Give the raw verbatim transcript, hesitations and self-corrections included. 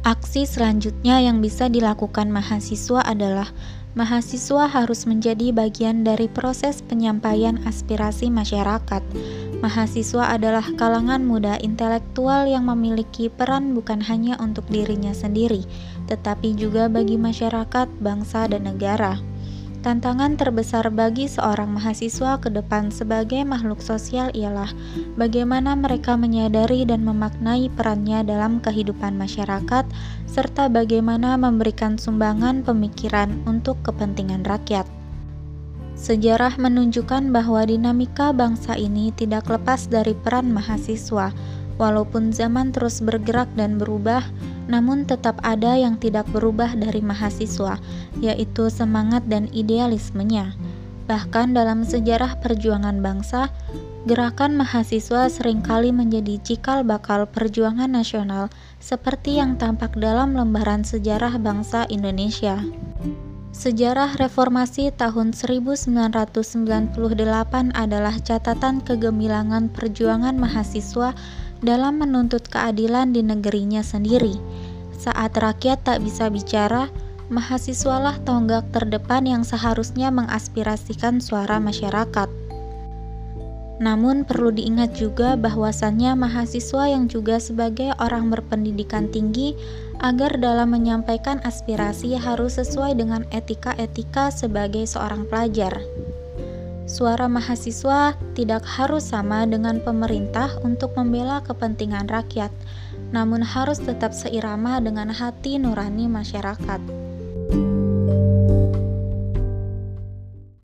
Aksi selanjutnya yang bisa dilakukan mahasiswa adalah mahasiswa harus menjadi bagian dari proses penyampaian aspirasi masyarakat. Mahasiswa adalah kalangan muda intelektual yang memiliki peran bukan hanya untuk dirinya sendiri, tetapi juga bagi masyarakat, bangsa, dan negara. Tantangan terbesar bagi seorang mahasiswa ke depan sebagai makhluk sosial ialah bagaimana mereka menyadari dan memaknai perannya dalam kehidupan masyarakat, serta bagaimana memberikan sumbangan pemikiran untuk kepentingan rakyat. Sejarah menunjukkan bahwa dinamika bangsa ini tidak lepas dari peran mahasiswa. Walaupun zaman terus bergerak dan berubah, namun tetap ada yang tidak berubah dari mahasiswa, yaitu semangat dan idealismenya. Bahkan dalam sejarah perjuangan bangsa, gerakan mahasiswa seringkali menjadi cikal bakal perjuangan nasional, seperti yang tampak dalam lembaran sejarah bangsa Indonesia. Sejarah reformasi tahun seribu sembilan ratus sembilan puluh delapan adalah catatan kegemilangan perjuangan mahasiswa dalam menuntut keadilan di negerinya sendiri. Saat rakyat tak bisa bicara, mahasiswalah tonggak terdepan yang seharusnya mengaspirasikan suara masyarakat. Namun perlu diingat juga bahwasannya mahasiswa yang juga sebagai orang berpendidikan tinggi agar dalam menyampaikan aspirasi harus sesuai dengan etika-etika sebagai seorang pelajar. Suara mahasiswa tidak harus sama dengan pemerintah untuk membela kepentingan rakyat, namun harus tetap seirama dengan hati nurani masyarakat.